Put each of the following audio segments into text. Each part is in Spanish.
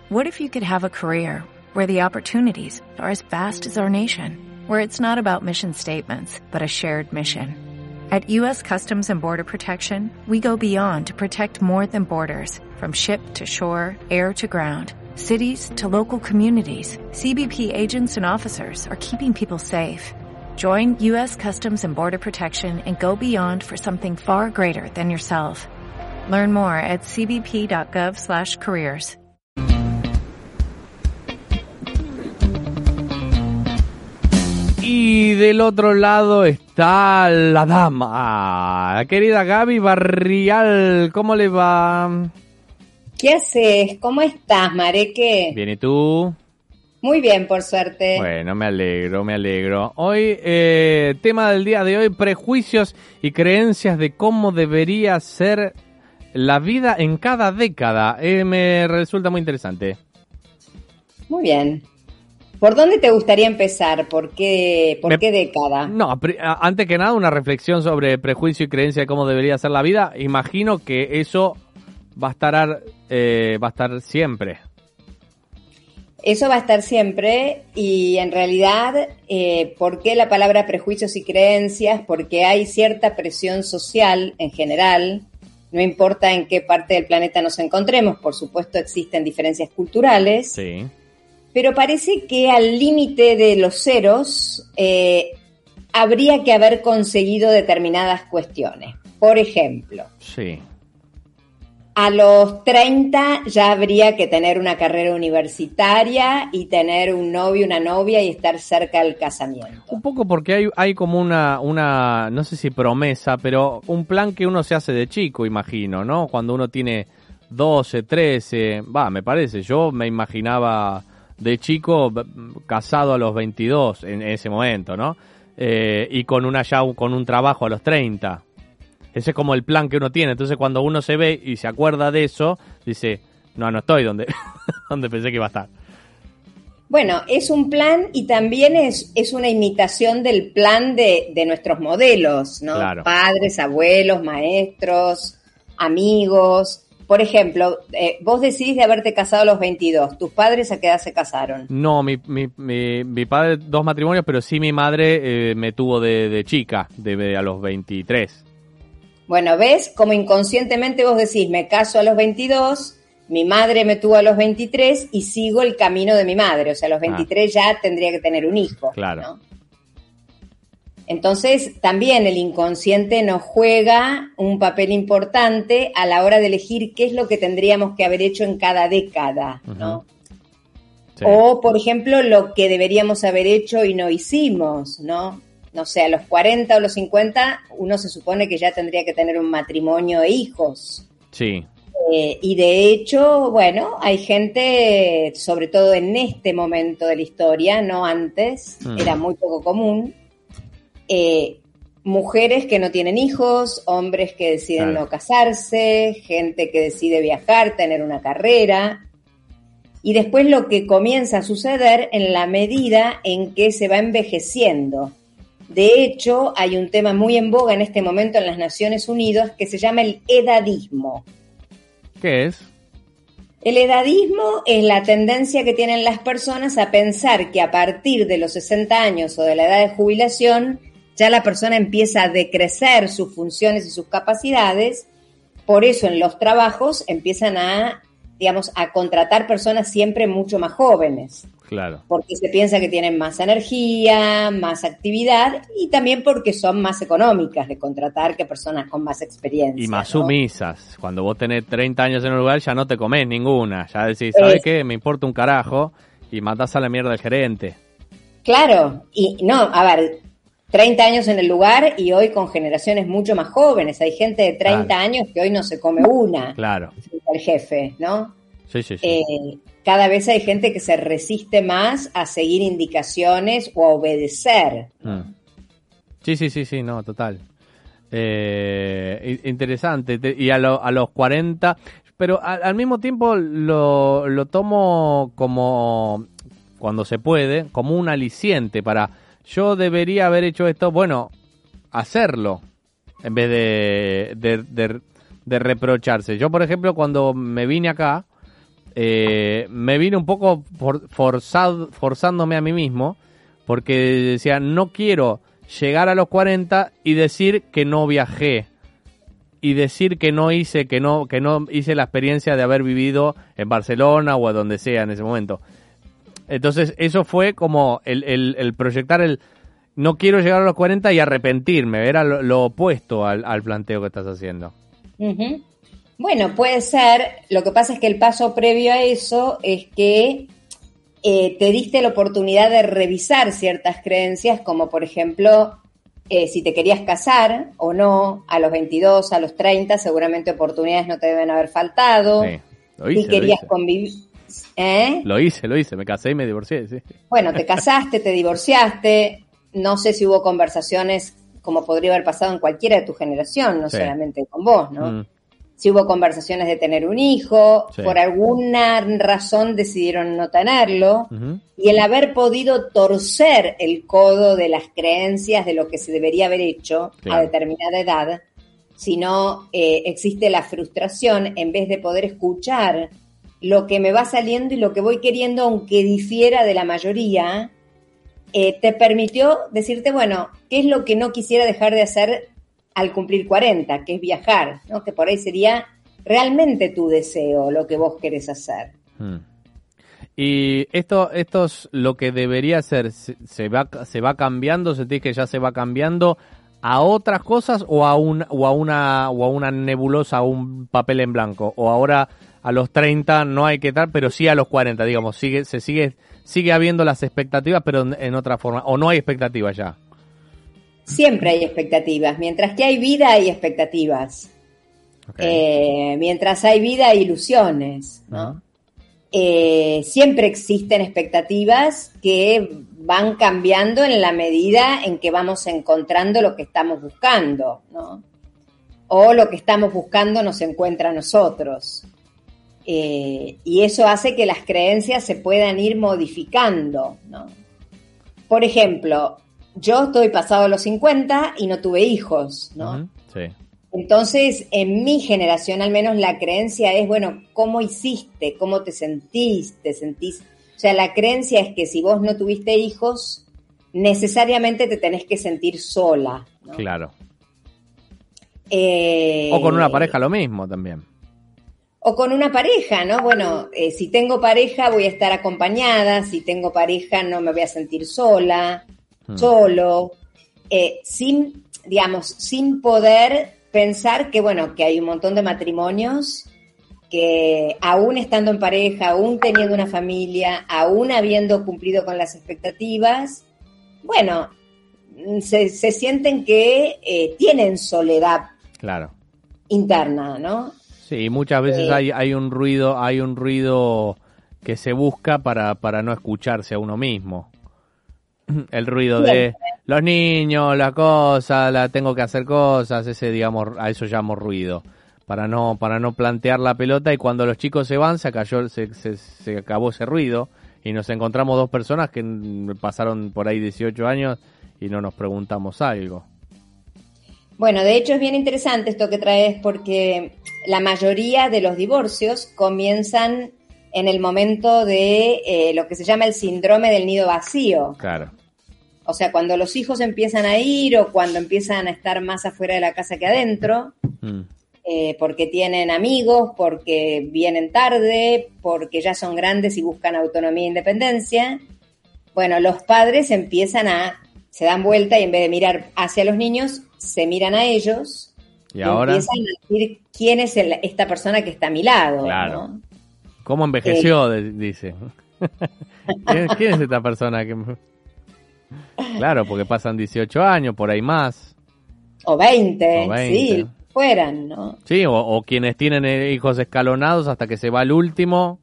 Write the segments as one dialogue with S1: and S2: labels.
S1: What if you could have a career where the opportunities are as vast as our nation, where it's not about mission statements, but a shared mission? At U.S. Customs and Border Protection, we go beyond to protect more than borders. From ship to shore, air to ground, cities to local communities, CBP agents and officers are keeping people safe. Join U.S. Customs and Border Protection and go beyond for something far greater than yourself. Learn more at cbp.gov/careers.
S2: Y del otro lado está la dama, la querida Gaby Barrial. ¿Cómo le va?
S3: ¿Qué haces? ¿Cómo estás, Mareque?
S2: Bien, ¿y tú?
S3: Muy bien, por suerte.
S2: Bueno, me alegro. Hoy, tema del día de hoy, prejuicios y creencias de cómo debería ser la vida en cada década. Me resulta muy interesante.
S3: Muy bien. ¿Por dónde te gustaría empezar? ¿Por qué década?
S2: No, antes que nada, una reflexión sobre prejuicio y creencia de cómo debería ser la vida. Imagino que eso va a estar siempre.
S3: Eso va a estar siempre y en realidad, ¿por qué la palabra prejuicios y creencias? Porque hay cierta presión social en general, no importa en qué parte del planeta nos encontremos, por supuesto existen diferencias culturales.
S2: Sí.
S3: Pero parece que al límite de los ceros habría que haber conseguido determinadas cuestiones. Por ejemplo,
S2: sí.
S3: A los 30 ya habría que tener una carrera universitaria y tener un novio, una novia y estar cerca del casamiento.
S2: Un poco porque hay como una, no sé si promesa, pero un plan que uno se hace de chico, imagino, ¿no? Cuando uno tiene 12, 13, me parece, yo me imaginaba de chico casado a los 22 en ese momento, ¿no? Y con un trabajo a los 30. Ese es como el plan que uno tiene. Entonces cuando uno se ve y se acuerda de eso, dice, no estoy donde pensé que iba a estar.
S3: Bueno, es un plan y también es una imitación del plan de nuestros modelos, ¿no?
S2: Claro.
S3: Padres, abuelos, maestros, amigos. Por ejemplo, vos decís de haberte casado a los 22. ¿Tus padres a qué edad se casaron?
S2: No, mi padre 2 matrimonios, pero sí mi madre me tuvo de chica, a los 23.
S3: Bueno, ¿ves? Como inconscientemente vos decís, me caso a los 22, mi madre me tuvo a los 23 y sigo el camino de mi madre. O sea, a los 23 ya tendría que tener un hijo.
S2: Claro.
S3: ¿No? Entonces, también el inconsciente nos juega un papel importante a la hora de elegir qué es lo que tendríamos que haber hecho en cada década, ¿no? Sí. O, por ejemplo, lo que deberíamos haber hecho y no hicimos, ¿no? No sé, a los 40 o los 50 uno se supone que ya tendría que tener un matrimonio e hijos.
S2: Sí.
S3: Y de hecho, bueno, hay gente, sobre todo en este momento de la historia, no antes, era muy poco común, mujeres que no tienen hijos, hombres que deciden no casarse, gente que decide viajar, tener una carrera. Y después lo que comienza a suceder en la medida en que se va envejeciendo. De hecho, hay un tema muy en boga en este momento en las Naciones Unidas que se llama el edadismo.
S2: ¿Qué es?
S3: El edadismo es la tendencia que tienen las personas a pensar que a partir de los 60 años o de la edad de jubilación, ya la persona empieza a decrecer sus funciones y sus capacidades. Por eso en los trabajos empiezan a contratar personas siempre mucho más jóvenes.
S2: Claro.
S3: Porque se piensa que tienen más energía, más actividad y también porque son más económicas de contratar que personas con más experiencia.
S2: Y más sumisas. Cuando vos tenés 30 años en un lugar ya no te comés ninguna. Ya decís, ¿sabes qué? Me importa un carajo y matás a la mierda al gerente.
S3: Claro. Y no, a ver, 30 años en el lugar y hoy con generaciones mucho más jóvenes. Hay gente de 30 años que hoy no se come una.
S2: Claro.
S3: Frente al jefe, ¿no?
S2: Sí.
S3: Cada vez hay gente que se resiste más a seguir indicaciones o a obedecer.
S2: Sí, no, total. Interesante. Y a los 40, pero al mismo tiempo lo tomo como, cuando se puede, como un aliciente para, yo debería haber hecho esto, bueno, hacerlo, en vez de reprocharse. Yo, por ejemplo, cuando me vine acá, me vine un poco forzándome a mí mismo, porque decía, no quiero llegar a los 40 y decir que no viajé, y decir que no hice la experiencia de haber vivido en Barcelona o a donde sea en ese momento. Entonces eso fue como el proyectar no quiero llegar a los 40 y arrepentirme, era lo opuesto al planteo que estás haciendo.
S3: Uh-huh. Bueno, puede ser, lo que pasa es que el paso previo a eso es que te diste la oportunidad de revisar ciertas creencias, como por ejemplo, si te querías casar o no, a los 22, a los 30, seguramente oportunidades no te deben haber faltado.
S2: Sí, lo hice,
S3: si querías convivir...
S2: Lo hice, me casé y me divorcié, sí.
S3: Bueno, te casaste, te divorciaste, no sé si hubo conversaciones como podría haber pasado en cualquiera de tu generación, no solamente con vos, ¿no? Si hubo conversaciones de tener un hijo, por alguna razón decidieron no tenerlo, y el haber podido torcer el codo de las creencias de lo que se debería haber hecho a determinada edad, si no existe la frustración en vez de poder escuchar lo que me va saliendo y lo que voy queriendo, aunque difiera de la mayoría, te permitió decirte, bueno, ¿qué es lo que no quisiera dejar de hacer al cumplir 40, que es viajar, ¿no? Que por ahí sería realmente tu deseo, lo que vos querés hacer.
S2: Y esto es lo que debería ser, se va cambiando, ¿sentís que ya se va cambiando a otras cosas o a una nebulosa, a un papel en blanco? O ahora a los 30 no hay que estar, pero sí a los 40, digamos, sigue habiendo las expectativas, pero en otra forma, o no hay expectativas ya.
S3: Siempre hay expectativas. Mientras que hay vida, hay expectativas. Okay. Mientras hay vida, hay ilusiones, ¿no? Siempre existen expectativas que van cambiando en la medida en que vamos encontrando lo que estamos buscando, ¿no? O lo que estamos buscando nos encuentra a nosotros. Y eso hace que las creencias se puedan ir modificando, ¿no? Por ejemplo, yo estoy pasado los 50 y no tuve hijos, ¿no?
S2: Sí.
S3: Entonces, en mi generación al menos la creencia es, bueno, ¿cómo hiciste? ¿Cómo te sentís? O sea, la creencia es que si vos no tuviste hijos, necesariamente te tenés que sentir sola, ¿no?
S2: Claro. O con una pareja lo mismo también.
S3: O con una pareja, ¿no? Bueno, si tengo pareja voy a estar acompañada, si tengo pareja no me voy a sentir sola, solo, sin poder pensar que, bueno, que hay un montón de matrimonios que aún estando en pareja, aún teniendo una familia, aún habiendo cumplido con las expectativas, bueno, se sienten que tienen soledad interna, ¿no?
S2: Sí, muchas veces hay un ruido que se busca para no escucharse a uno mismo. El ruido de los niños, la cosa, tengo que hacer cosas, digamos, a eso llamo ruido, para no plantear la pelota, y cuando los chicos se van, se acabó ese ruido y nos encontramos dos personas que pasaron por ahí 18 años y no nos preguntamos algo.
S3: Bueno, de hecho es bien interesante esto que traes, porque la mayoría de los divorcios comienzan en el momento de lo que se llama el síndrome del nido vacío.
S2: Claro.
S3: O sea, cuando los hijos empiezan a ir o cuando empiezan a estar más afuera de la casa que adentro, porque tienen amigos, porque vienen tarde, porque ya son grandes y buscan autonomía e independencia. Bueno, los padres se dan vuelta y en vez de mirar hacia los niños, se miran a ellos
S2: y ahora
S3: empiezan a decir quién es esta persona que está a mi lado.
S2: Claro.
S3: ¿No?
S2: ¿Cómo envejeció? Dice. ¿Quién es esta persona que... Claro, porque pasan 18 años, por ahí más.
S3: O 20, sí, fueran, ¿no?
S2: Sí, o quienes tienen hijos escalonados hasta que se va el último.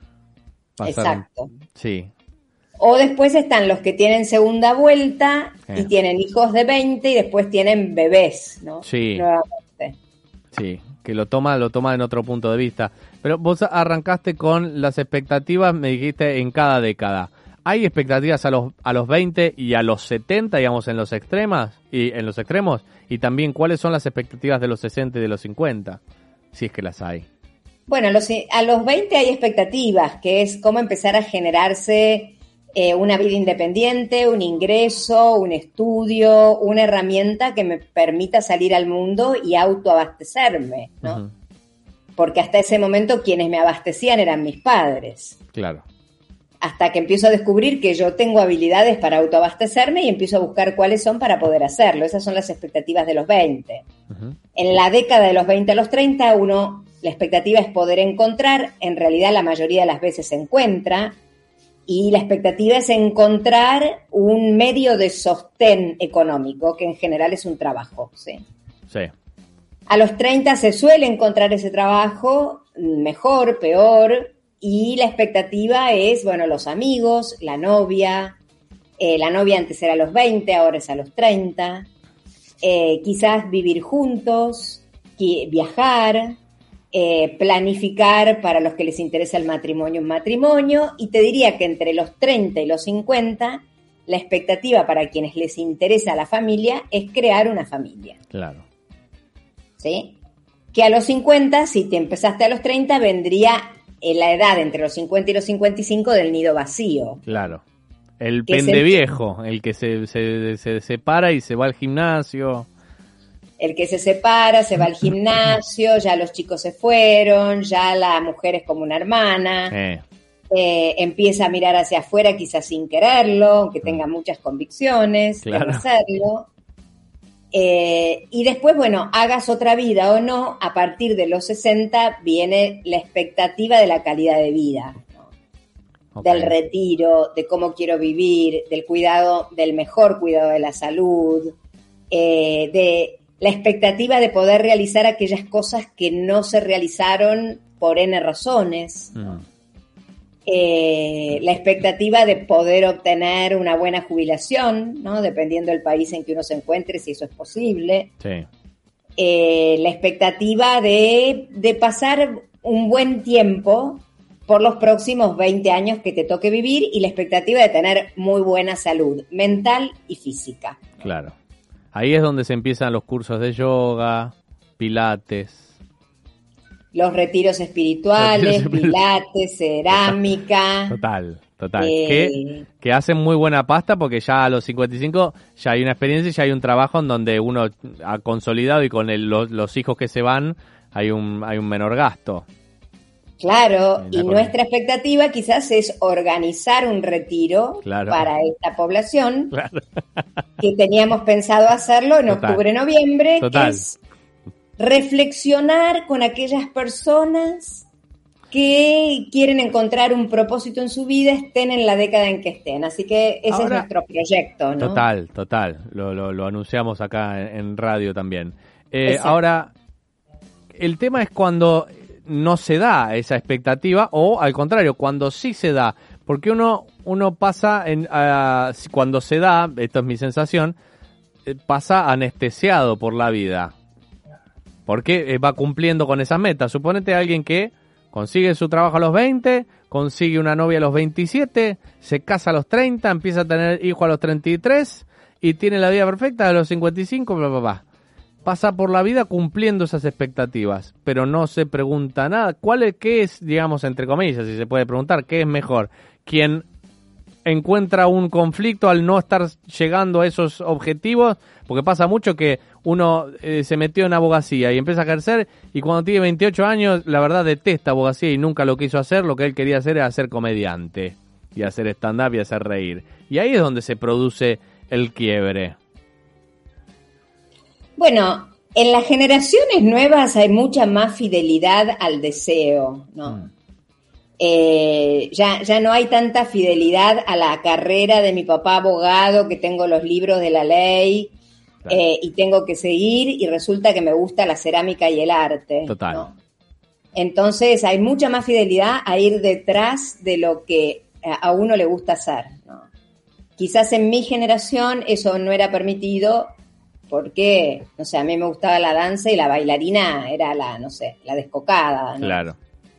S3: Exacto.
S2: Sí.
S3: O después están los que tienen segunda vuelta y tienen hijos de 20 y después tienen bebés, ¿no?
S2: Sí.
S3: Nuevamente.
S2: Sí, que lo toma en otro punto de vista. Pero vos arrancaste con las expectativas, me dijiste, en cada década. ¿Hay expectativas a los 20 y a los 70, digamos, en los extremos? Y también, ¿cuáles son las expectativas de los 60 y de los 50? Si es que las hay.
S3: Bueno, a los 20 hay expectativas, que es cómo empezar a generarse una vida independiente, un ingreso, un estudio, una herramienta que me permita salir al mundo y autoabastecerme, ¿no? Uh-huh. Porque hasta ese momento quienes me abastecían eran mis padres.
S2: Claro.
S3: Hasta que empiezo a descubrir que yo tengo habilidades para autoabastecerme y empiezo a buscar cuáles son para poder hacerlo. Esas son las expectativas de los 20. Uh-huh. En la década de los 20 a los 30, la expectativa es poder encontrar, en realidad la mayoría de las veces se encuentra, y la expectativa es encontrar un medio de sostén económico, que en general es un trabajo, ¿sí?
S2: Sí.
S3: A los 30 se suele encontrar ese trabajo, mejor, peor, y la expectativa es, bueno, los amigos, la novia antes era a los 20, ahora es a los 30, quizás vivir juntos, viajar, planificar para los que les interesa el matrimonio, un matrimonio, y te diría que entre los 30 y los 50, la expectativa para quienes les interesa la familia es crear una familia.
S2: Claro.
S3: ¿Sí? Que a los 50, si te empezaste a los 30, vendría la edad entre los 50 y los 55 del nido vacío.
S2: Claro. El pendeviejo, el que se separa y se va al gimnasio.
S3: El que se separa, se va al gimnasio, ya los chicos se fueron, ya la mujer es como una hermana, empieza a mirar hacia afuera quizás sin quererlo, aunque tenga muchas convicciones, claro, de hacerlo. Y después, bueno, hagas otra vida o no, a partir de los 60 viene la expectativa de la calidad de vida, ¿no? Okay. Del retiro, de cómo quiero vivir, del cuidado, del mejor cuidado de la salud, de la expectativa de poder realizar aquellas cosas que no se realizaron por N razones. La expectativa de poder obtener una buena jubilación, ¿no? Dependiendo del país en que uno se encuentre, si eso es posible.
S2: Sí.
S3: La expectativa de pasar un buen tiempo por los próximos 20 años que te toque vivir y la expectativa de tener muy buena salud mental y física.
S2: Claro. Ahí es donde se empiezan los cursos de pilates.
S3: Los retiros espirituales, pilates, cerámica.
S2: Total. Que hacen muy buena pasta porque ya a los 55 ya hay una experiencia y ya hay un trabajo en donde uno ha consolidado y con los hijos que se van hay un menor gasto.
S3: Claro, y nuestra expectativa quizás es organizar un retiro, claro, para esta población, claro, que teníamos pensado hacerlo en octubre, noviembre, que es reflexionar con aquellas personas que quieren encontrar un propósito en su vida, estén en la década en que estén. Así que ese es nuestro proyecto, ¿no?
S2: Total. Lo anunciamos acá en radio también. Ahora, el tema es cuando no se da esa expectativa o al contrario, cuando sí se da, porque uno pasa cuando se da, esto es mi sensación, pasa anestesiado por la vida, porque va cumpliendo con esas metas. Suponete a alguien que consigue su trabajo a los 20, consigue una novia a los 27, se casa a los 30, empieza a tener hijos a los 33 y tiene la vida perfecta a los 55, bla, bla, bla. Pasa por la vida cumpliendo esas expectativas, pero no se pregunta nada. ¿Qué es, digamos, entre comillas, si se puede preguntar, qué es mejor? ¿Quién encuentra un conflicto al no estar llegando a esos objetivos? Porque pasa mucho que uno se metió en abogacía y empieza a ejercer y cuando tiene 28 años, la verdad detesta abogacía y nunca lo quiso hacer. Lo que él quería hacer era ser comediante y hacer stand-up y hacer reír. Y ahí es donde se produce el quiebre.
S3: Bueno, en las generaciones nuevas hay mucha más fidelidad al deseo, ¿no? Ya no hay tanta fidelidad a la carrera de mi papá abogado, que tengo los libros de la ley, claro, y tengo que seguir, y resulta que me gusta la cerámica y el arte.
S2: Total.
S3: ¿No? Entonces hay mucha más fidelidad a ir detrás de lo que a uno le gusta hacer, ¿no? Quizás en mi generación eso no era permitido, porque, no sé, a mí me gustaba la danza y la bailarina era la descocada, ¿no?
S2: Claro.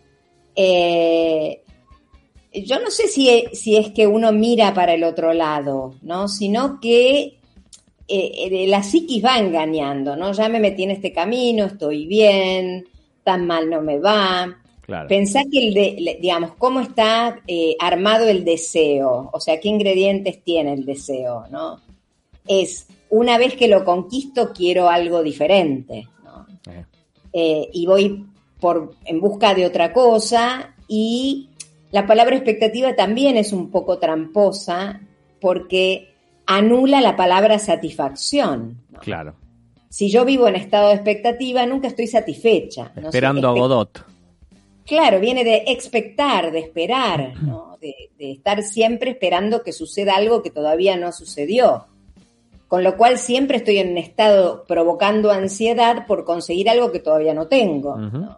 S3: Yo no sé si es que uno mira para el otro lado, ¿no? Sino que la psiquis va engañando, ¿no? Ya me metí en este camino, estoy bien, tan mal no me va.
S2: Claro.
S3: Pensá que digamos, cómo está armado el deseo, o sea, qué ingredientes tiene el deseo, ¿no? Es, una vez que lo conquisto, quiero algo diferente, ¿no? Y voy en busca de otra cosa, y la palabra expectativa también es un poco tramposa, porque anula la palabra satisfacción, ¿no?
S2: Claro.
S3: Si yo vivo en estado de expectativa, nunca estoy satisfecha.
S2: Esperando a Godot.
S3: Claro, viene de expectar, de esperar, ¿no? De estar siempre esperando que suceda algo que todavía no sucedió. Con lo cual siempre estoy en un estado provocando ansiedad por conseguir algo que todavía no tengo, ¿no?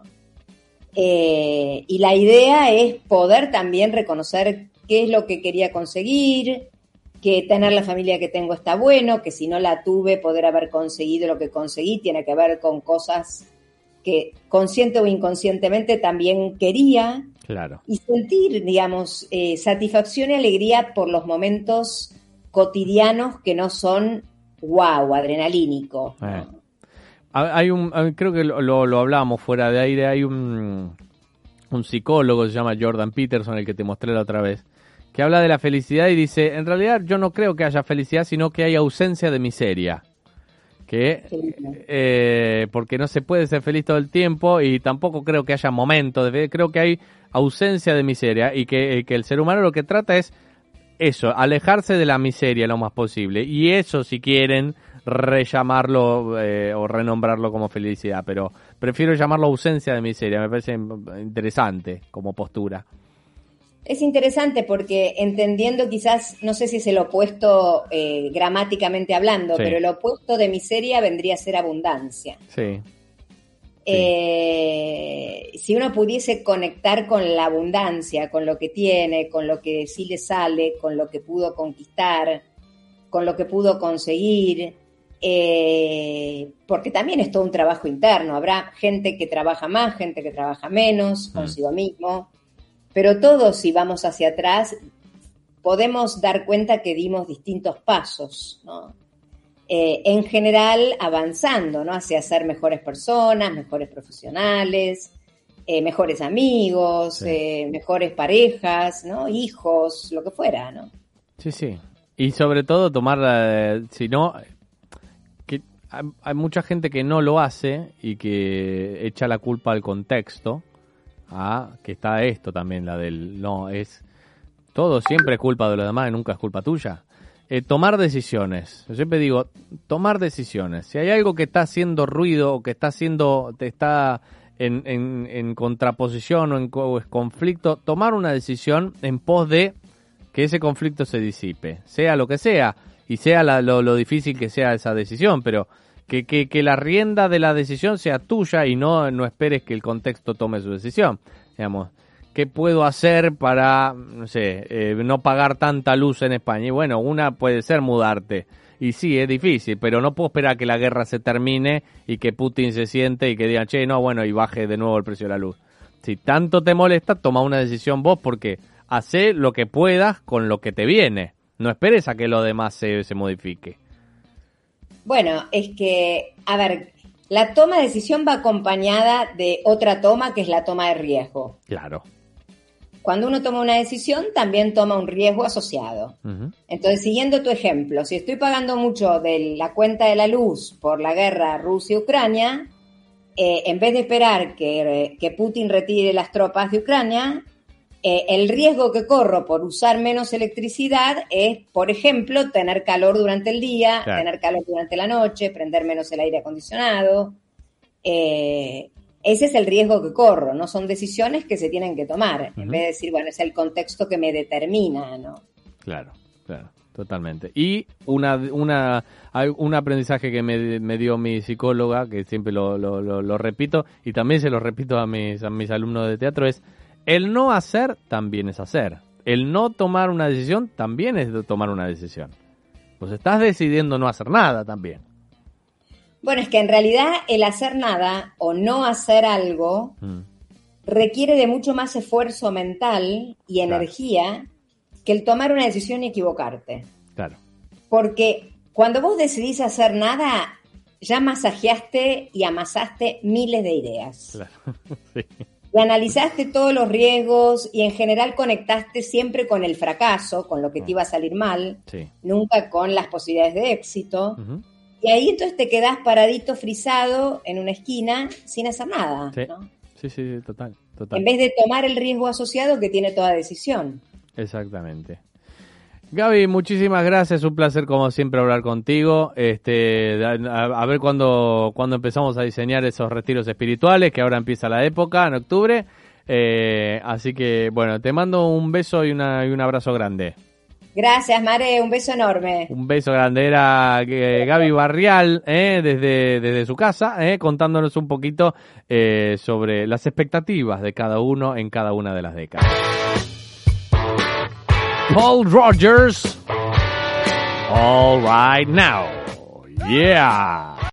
S3: Y la idea es poder también reconocer qué es lo que quería conseguir, que tener la familia que tengo está bueno, que si no la tuve, poder haber conseguido lo que conseguí tiene que ver con cosas que consciente o inconscientemente también quería.
S2: Claro. Y
S3: sentir, digamos, satisfacción y alegría por los momentos cotidianos que no son wow, adrenalínicos, ¿no?
S2: Creo que lo hablábamos fuera de aire, hay un psicólogo, se llama Jordan Peterson, el que te mostré la otra vez, que habla de la felicidad y dice, en realidad yo no creo que haya felicidad, sino que hay ausencia de miseria. Porque no se puede ser feliz todo el tiempo y tampoco creo que haya momentos creo que hay ausencia de miseria y que el ser humano lo que trata es eso, alejarse de la miseria lo más posible, y eso, si quieren, rellamarlo o renombrarlo como felicidad, pero prefiero llamarlo ausencia de miseria, me parece interesante como postura.
S3: Es interesante porque entendiendo quizás, no sé si es el opuesto gramáticamente hablando, sí, pero el opuesto de miseria vendría a ser abundancia.
S2: Sí.
S3: Si uno pudiese conectar con la abundancia, con lo que tiene, con lo que sí le sale, con lo que pudo conquistar, con lo que pudo conseguir, porque también es todo un trabajo interno, habrá gente que trabaja más, gente que trabaja menos, consigo mismo, pero todos, si vamos hacia atrás, podemos dar cuenta que dimos distintos pasos, ¿no? En general avanzando, ¿no? Hacia ser mejores personas, mejores profesionales, mejores amigos, sí, mejores parejas, ¿no? Hijos, lo que fuera, ¿no?
S2: Sí, sí. Y sobre todo tomar, si no, que hay mucha gente que no lo hace y que echa la culpa al contexto, que está esto también, la del, no, es, todo siempre es culpa de los demás y nunca es culpa tuya. Tomar decisiones. Yo siempre digo, tomar decisiones. Si hay algo que está haciendo ruido o que está en contraposición o es conflicto, tomar una decisión en pos de que ese conflicto se disipe, sea lo que sea, y sea lo difícil que sea esa decisión, pero que la rienda de la decisión sea tuya y no esperes que el contexto tome su decisión. Digamos, ¿qué puedo hacer para, no sé, no pagar tanta luz en España? Y bueno, una puede ser mudarte. Y sí, es difícil, pero no puedo esperar que la guerra se termine y que Putin se siente y que digan, che, no, bueno, y baje de nuevo el precio de la luz. Si tanto te molesta, toma una decisión vos, porque hacé lo que puedas con lo que te viene. No esperes a que lo demás se modifique.
S3: Bueno, es que, a ver, la toma de decisión va acompañada de otra toma, que es la toma de riesgo.
S2: Claro.
S3: Cuando uno toma una decisión, también toma un riesgo asociado. Uh-huh. Entonces, siguiendo tu ejemplo, si estoy pagando mucho de la cuenta de la luz por la guerra Rusia-Ucrania, en vez de esperar que Putin retire las tropas de Ucrania, el riesgo que corro por usar menos electricidad es, por ejemplo, tener calor durante el día, claro, tener calor durante la noche, prender menos el aire acondicionado. Ese es el riesgo que corro, ¿no? Son decisiones que se tienen que tomar, uh-huh, en vez de decir, bueno, es el contexto que me determina, ¿no?
S2: Claro, claro, totalmente. Y un aprendizaje que me dio mi psicóloga, que siempre lo repito, y también se lo repito a mis alumnos de teatro, es el no hacer también es hacer. El no tomar una decisión también es tomar una decisión. Pues estás decidiendo no hacer nada también.
S3: Bueno, es que en realidad el hacer nada o no hacer algo requiere de mucho más esfuerzo mental y energía, claro, que el tomar una decisión y equivocarte.
S2: Claro.
S3: Porque cuando vos decidís hacer nada, ya masajeaste y amasaste miles de ideas.
S2: Claro, sí.
S3: Y analizaste todos los riesgos y en general conectaste siempre con el fracaso, con lo que te iba a salir mal, nunca con las posibilidades de éxito. Y ahí entonces te quedás paradito, frisado en una esquina sin hacer nada, ¿no?
S2: Sí, total.
S3: En vez de tomar el riesgo asociado que tiene toda decisión.
S2: Exactamente. Gaby, muchísimas gracias, un placer como siempre hablar contigo. A ver cuándo empezamos a diseñar esos retiros espirituales, que ahora empieza la época, en octubre. Así que, bueno, te mando un beso y un abrazo grande.
S3: Gracias, Mare, un beso enorme.
S2: Un beso grande. Era Gaby Barrial, desde su casa, contándonos un poquito sobre las expectativas de cada uno en cada una de las décadas. Paul Rogers, All Right Now. Yeah.